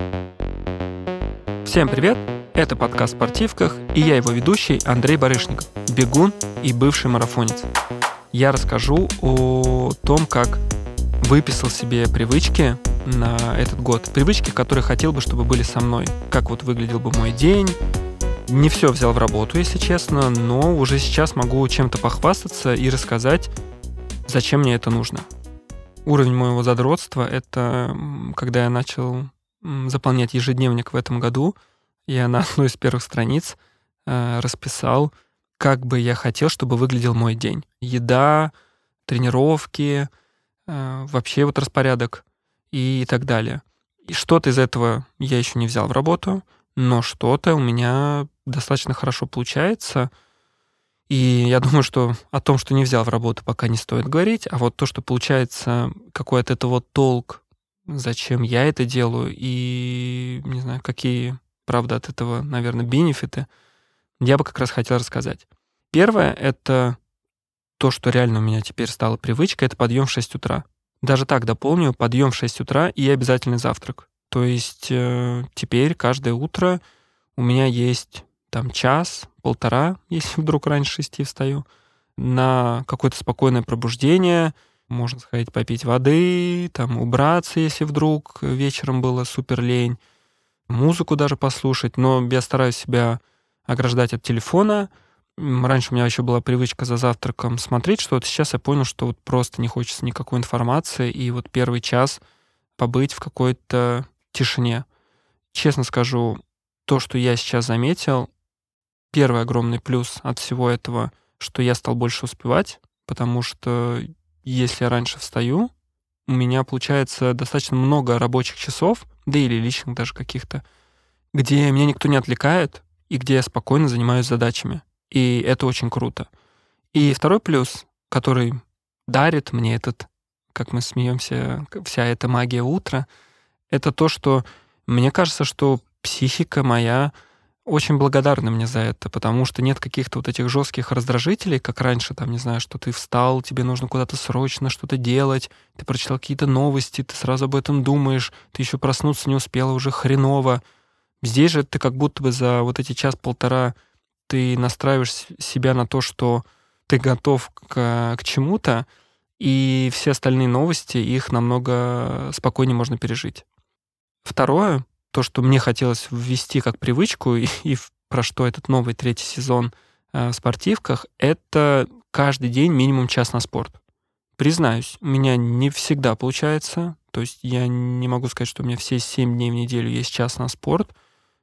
Всем привет! Это подкаст о спортивках, и я его ведущий Андрей Барышников, бегун и бывший марафонец. Я расскажу о том, как выписал себе привычки на этот год. Привычки, которые хотел бы, чтобы были со мной. Как вот выглядел бы мой день. Не все взял в работу, если честно, но уже сейчас могу чем-то похвастаться и рассказать, зачем мне это нужно. Уровень моего задротства — это когда я начал заполнять ежедневник в этом году. Я на одной из первых страниц расписал, как бы я хотел, чтобы выглядел мой день. Еда, тренировки, вообще вот распорядок и так далее. И что-то из этого я еще не взял в работу, но что-то у меня достаточно хорошо получается. И я думаю, что о том, что не взял в работу, пока не стоит говорить, а вот то, что получается, какой от этого толк, зачем я это делаю и, не знаю, какие, правда, от этого, наверное, бенефиты, я бы как раз хотел рассказать. Первое — это то, что реально у меня теперь стало привычкой, это подъем в 6 утра. Даже так дополню, подъем в 6 утра и обязательный завтрак. То есть теперь каждое утро у меня есть там час-полтора, если вдруг раньше 6 встаю, на какое-то спокойное пробуждение. Можно сходить попить воды, там убраться, если вдруг вечером было супер лень, музыку даже послушать, но я стараюсь себя ограждать от телефона. Раньше у меня еще была привычка за завтраком смотреть что-то, сейчас я понял, что вот просто не хочется никакой информации, и вот первый час побыть в какой-то тишине. Честно скажу, то, что я сейчас заметил, первый огромный плюс от всего этого, что я стал больше успевать, потому что если я раньше встаю, у меня получается достаточно много рабочих часов, да или личных даже каких-то, где меня никто не отвлекает и где я спокойно занимаюсь задачами. И это очень круто. И второй плюс, который дарит мне этот, как мы смеемся, вся эта магия утра, это то, что мне кажется, что психика моя очень благодарна мне за это, потому что нет каких-то вот этих жестких раздражителей, как раньше, там, не знаю, что ты встал, тебе нужно куда-то срочно что-то делать, ты прочитал какие-то новости, ты сразу об этом думаешь, ты еще проснуться не успела, уже хреново. Здесь же ты как будто бы за вот эти час-полтора ты настраиваешь себя на то, что ты готов к чему-то, и все остальные новости, их намного спокойнее можно пережить. Второе, то, что мне хотелось ввести как привычку, и про что этот новый третий сезон в спортивках, это каждый день минимум час на спорт. Признаюсь, у меня не всегда получается, то есть я не могу сказать, что у меня все 7 дней в неделю есть час на спорт,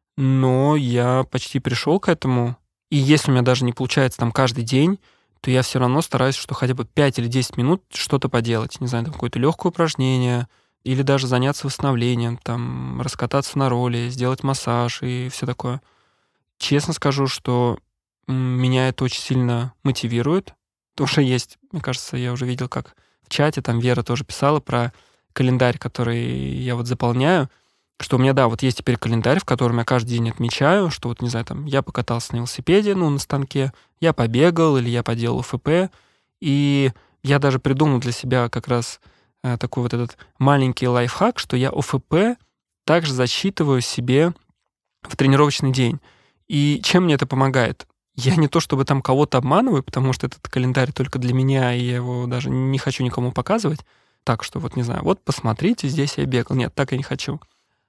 но я почти пришел к этому, и если у меня даже не получается там каждый день, то я все равно стараюсь, что хотя бы 5 или 10 минут что-то поделать, не знаю, там какое-то легкое упражнение, или даже заняться восстановлением, там, раскататься на роли, сделать массаж и все такое. Честно скажу, что меня это очень сильно мотивирует. Тоже есть, мне кажется, я уже видел, как в чате, там Вера тоже писала про календарь, который я вот заполняю, что у меня, да, вот есть теперь календарь, в котором я каждый день отмечаю, что вот, не знаю, там, я покатался на велосипеде, на станке, я побегал или я поделал ФП, и я даже придумал для себя как раз такой вот этот маленький лайфхак, что я ОФП также засчитываю себе в тренировочный день. И чем мне это помогает? Я не то чтобы там кого-то обманываю, потому что этот календарь только для меня, и я его даже не хочу никому показывать. Так что вот, не знаю, вот посмотрите, здесь я бегал. Нет, так я не хочу.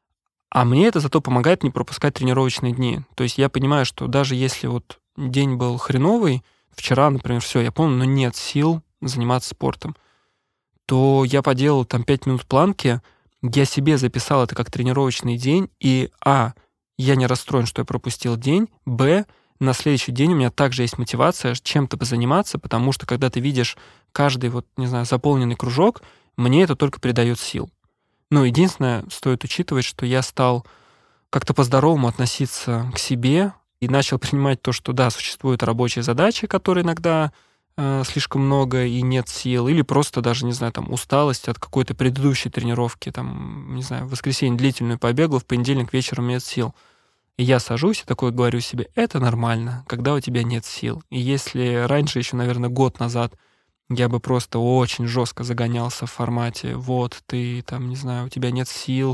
А мне это зато помогает не пропускать тренировочные дни. То есть я понимаю, что даже если вот день был хреновый, вчера, например, все, я помню, но нет сил заниматься спортом, то я поделал там 5 минут планки, я себе записал это как тренировочный день, и я не расстроен, что я пропустил день, на следующий день у меня также есть мотивация чем-то позаниматься, потому что когда ты видишь каждый вот, не знаю, заполненный кружок, мне это только придает сил. Единственное, стоит учитывать, что я стал как-то по-здоровому относиться к себе и начал принимать то, что да, существуют рабочие задачи, которые иногда слишком много и нет сил, или просто даже, не знаю, там усталость от какой-то предыдущей тренировки, там, не знаю, в воскресенье длительную побегал, в понедельник вечером нет сил. И я сажусь и такой говорю себе, это нормально, когда у тебя нет сил. И если раньше, еще, наверное, год назад, я бы просто очень жестко загонялся в формате, вот, ты там, не знаю, у тебя нет сил,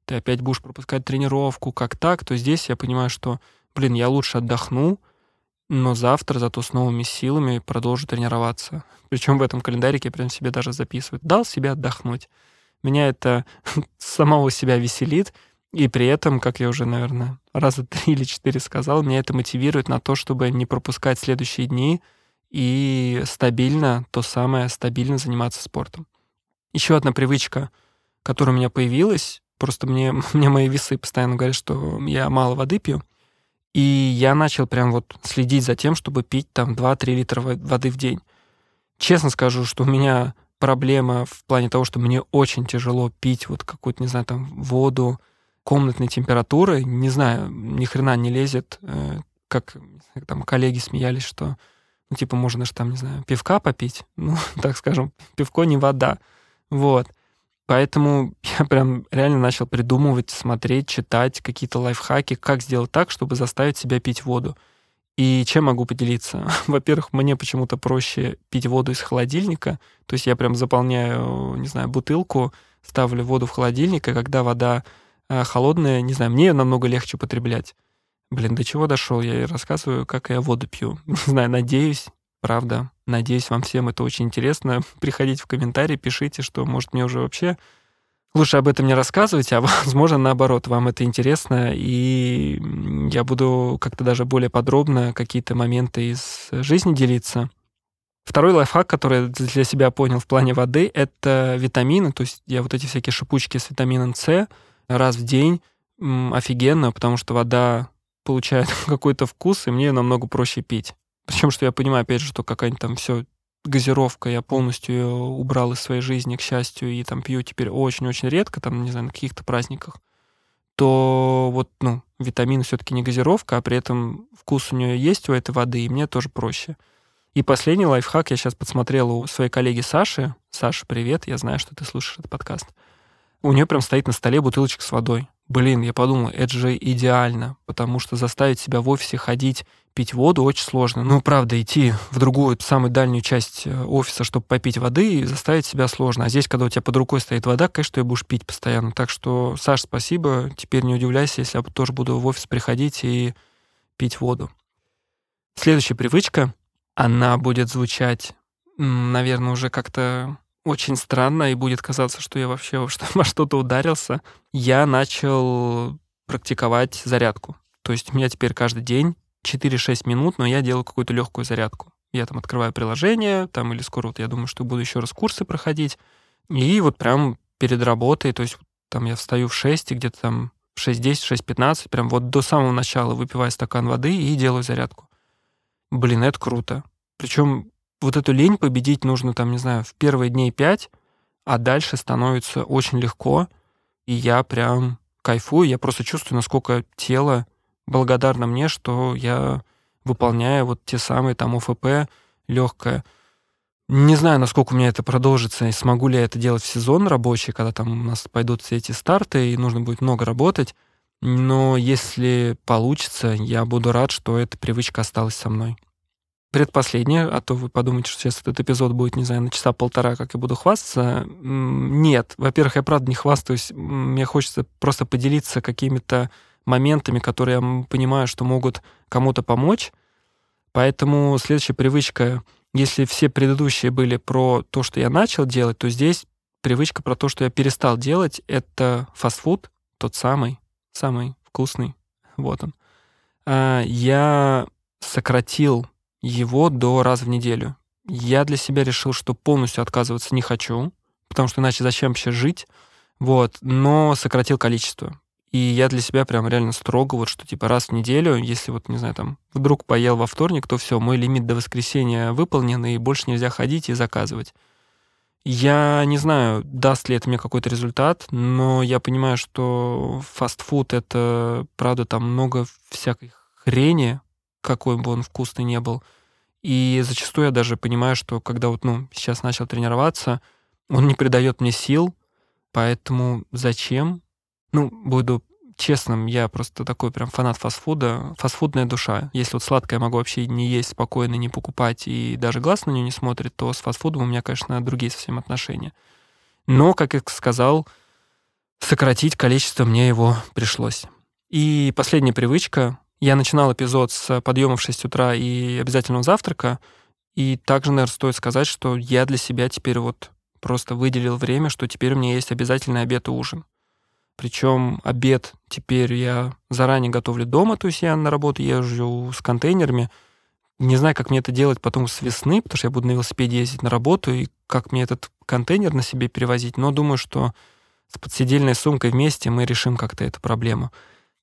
ты опять будешь пропускать тренировку, как так, то здесь я понимаю, что, я лучше отдохну, но завтра зато с новыми силами продолжу тренироваться. Причем в этом календарике я прям себе даже записываю. Дал себе отдохнуть. Меня это самого себя веселит, и при этом, как я уже, наверное, раза 3 или 4 сказал, меня это мотивирует на то, чтобы не пропускать следующие дни и стабильно стабильно заниматься спортом. Еще одна привычка, которая у меня появилась, просто мне мои весы постоянно говорят, что я мало воды пью, и я начал прям вот следить за тем, чтобы пить там 2-3 литра воды в день. Честно скажу, что у меня проблема в плане того, что мне очень тяжело пить вот какую-то, не знаю, там, воду комнатной температуры. Не знаю, ни хрена не лезет. Как там коллеги смеялись, что, можно же там, не знаю, пивка попить. Так скажем, пивко не вода. Вот. Поэтому я прям реально начал придумывать, смотреть, читать какие-то лайфхаки, как сделать так, чтобы заставить себя пить воду. И чем могу поделиться? Во-первых, мне почему-то проще пить воду из холодильника. То есть я прям заполняю, не знаю, бутылку, ставлю воду в холодильник, и когда вода холодная, не знаю, мне ее намного легче употреблять. До чего дошел? Я рассказываю, как я воду пью. Не знаю, надеюсь, правда, надеюсь, вам всем это очень интересно. Приходите в комментарии, пишите, что, может, мне уже вообще лучше об этом не рассказывать, а, возможно, наоборот, вам это интересно, и я буду как-то даже более подробно какие-то моменты из жизни делиться. Второй лайфхак, который я для себя понял в плане воды, это витамины. То есть я вот эти всякие шипучки с витамином С раз в день офигенно, потому что вода получает какой-то вкус, и мне ее намного проще пить. Причем, что я понимаю, опять же, что какая-нибудь там все газировка, я полностью ее убрал из своей жизни, к счастью, и там пью теперь очень-очень редко, там, не знаю, на каких-то праздниках, то вот, витамины все-таки не газировка, а при этом вкус у нее есть, у этой воды, и мне тоже проще. И последний лайфхак я сейчас подсмотрел у своей коллеги Саши. Саша, привет, я знаю, что ты слушаешь этот подкаст. У нее прям стоит на столе бутылочка с водой. Я подумал, это же идеально, потому что заставить себя в офисе ходить, пить воду очень сложно. Правда, идти в другую, самую дальнюю часть офиса, чтобы попить воды, заставить себя сложно. А здесь, когда у тебя под рукой стоит вода, конечно, ты будешь пить постоянно. Так что, Саш, спасибо. Теперь не удивляйся, если я тоже буду в офис приходить и пить воду. Следующая привычка, она будет звучать, наверное, уже как-то очень странно, и будет казаться, что я вообще во что-то ударился. Я начал практиковать зарядку. То есть у меня теперь каждый день 4-6 минут, но я делаю какую-то легкую зарядку. Я там открываю приложение, или скоро я думаю, что буду еще раз курсы проходить. И вот прям перед работой, то есть там я встаю в 6, и где-то там в 6:10, 6:15, прям вот до самого начала выпиваю стакан воды и делаю зарядку. Это круто. Причем вот эту лень победить нужно, в первые дней 5, а дальше становится очень легко, и я прям кайфую, я просто чувствую, насколько тело благодарно мне, что я выполняю вот те самые ОФП легкое. Не знаю, насколько у меня это продолжится, и смогу ли я это делать в сезон рабочий, когда у нас пойдут все эти старты, и нужно будет много работать, но если получится, я буду рад, что эта привычка осталась со мной. Предпоследнее, а то вы подумаете, что сейчас этот эпизод будет, не знаю, на часа полтора, как я буду хвастаться. Нет. Во-первых, я правда не хвастаюсь. Мне хочется просто поделиться какими-то моментами, которые я понимаю, что могут кому-то помочь. Поэтому следующая привычка, если все предыдущие были про то, что я начал делать, то здесь привычка про то, что я перестал делать, это фастфуд, тот самый вкусный. Вот он. Я сократил его до раза в неделю. Я для себя решил, что полностью отказываться не хочу, потому что иначе зачем вообще жить? Но сократил количество. И я для себя прям реально строго, что раз в неделю, если вдруг поел во вторник, то все, мой лимит до воскресенья выполнен, и больше нельзя ходить и заказывать. Я не знаю, даст ли это мне какой-то результат, но я понимаю, что фастфуд — это, правда, много всякой хрени, какой бы он вкусный не был. И зачастую я даже понимаю, что когда сейчас начал тренироваться, он не придает мне сил, поэтому зачем? Буду честным, я просто такой прям фанат фастфуда, фастфудная душа. Если сладкое я могу вообще не есть спокойно, не покупать, и даже глаз на нее не смотрит, то с фастфудом у меня, конечно, другие совсем отношения. Но, как я сказал, сократить количество мне его пришлось. И последняя привычка. Я начинал эпизод с подъема в 6 утра и обязательного завтрака. И также, наверное, стоит сказать, что я для себя теперь вот просто выделил время, что теперь у меня есть обязательный обед и ужин. Причем обед теперь я заранее готовлю дома, то есть я на работу езжу с контейнерами. Не знаю, как мне это делать потом с весны, потому что я буду на велосипеде ездить на работу, и как мне этот контейнер на себе перевозить. Но думаю, что с подседельной сумкой вместе мы решим как-то эту проблему.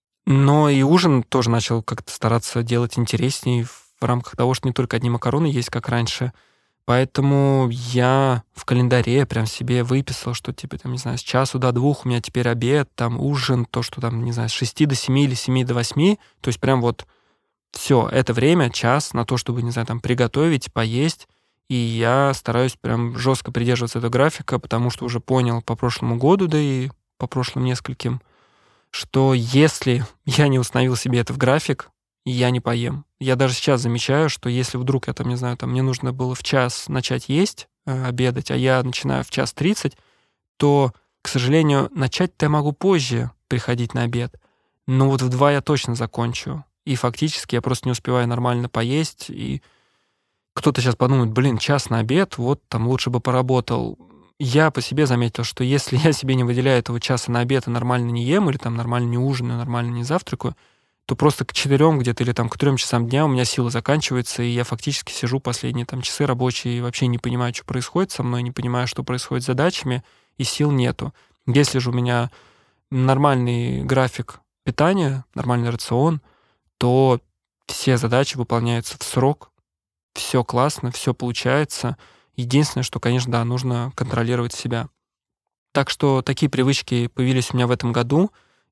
Но и ужин тоже начал как-то стараться делать интереснее в рамках того, что не только одни макароны есть, как раньше. Поэтому я в календаре прям себе выписал, что типа, там, не знаю, с часу до 2 у меня теперь обед, там ужин, то, что там, не знаю, с 6 до 7 или с 7 до 8. То есть прям вот все, это время, час на то, чтобы, не знаю, там приготовить, поесть. И я стараюсь прям жестко придерживаться этого графика, потому что уже понял по прошлому году, да и по прошлым нескольким, что если я не установил себе это в график, я не поем. Я даже сейчас замечаю, что если вдруг я там, не знаю, там мне нужно было в час начать есть, обедать, а я начинаю в 1:30, то, к сожалению, начать-то я могу позже приходить на обед. Но вот в 2 я точно закончу. И фактически я просто не успеваю нормально поесть. И кто-то сейчас подумает, блин, час на обед, вот там лучше бы поработал. Я по себе заметил, что если я себе не выделяю этого часа на обед и нормально не ем, или там нормально не ужинаю, нормально не завтракаю, то просто к 4 где-то или там к 3 часам дня у меня силы заканчиваются, и я фактически сижу последние там часы рабочие и вообще не понимаю, что происходит со мной, не понимаю, что происходит с задачами, и сил нету. Если же у меня нормальный график питания, нормальный рацион, то все задачи выполняются в срок, все классно, все получается. Единственное, что, конечно, да, нужно контролировать себя. Так что такие привычки появились у меня в этом году,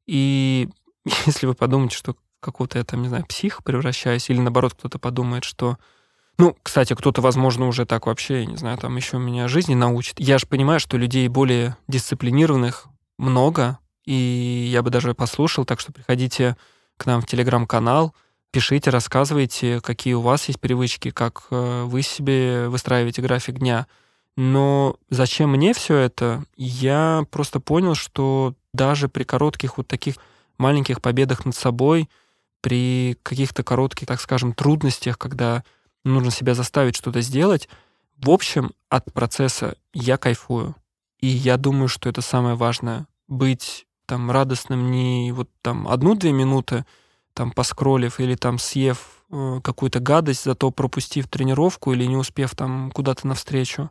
и если вы подумаете, что какого-то я там, не знаю, псих превращаюсь, или наоборот кто-то подумает, что... Ну, кстати, кто-то, возможно, уже так вообще, я не знаю, там еще меня жизни научит. Я же понимаю, что людей более дисциплинированных много, и я бы даже послушал, так что приходите к нам в Телеграм-канал, пишите, рассказывайте, какие у вас есть привычки, как вы себе выстраиваете график дня. Но зачем мне все это? Я просто понял, что даже при коротких вот таких маленьких победах над собой, при каких-то коротких, так скажем, трудностях, когда нужно себя заставить что-то сделать, в общем, от процесса я кайфую. И я думаю, что это самое важное. Быть там радостным не вот там 1-2 минуты, там поскроллив или там съев какую-то гадость, зато пропустив тренировку или не успев там куда-то навстречу,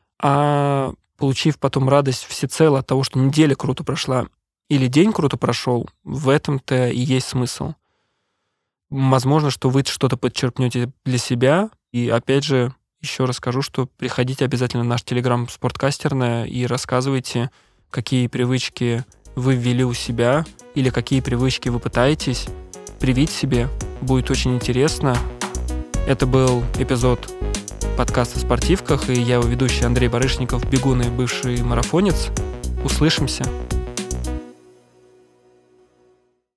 а получив потом радость всецело от того, что неделя круто прошла или день круто прошел, в этом-то и есть смысл. Возможно, что вы что-то подчерпнете для себя. И опять же, еще расскажу, что приходите обязательно в наш Телеграм «Спорткастерная» и рассказывайте, какие привычки вы ввели у себя или какие привычки вы пытаетесь привить себе. Будет очень интересно. Это был эпизод подкаста «В спортивках», и я его ведущий Андрей Барышников, бегун и бывший марафонец. Услышимся.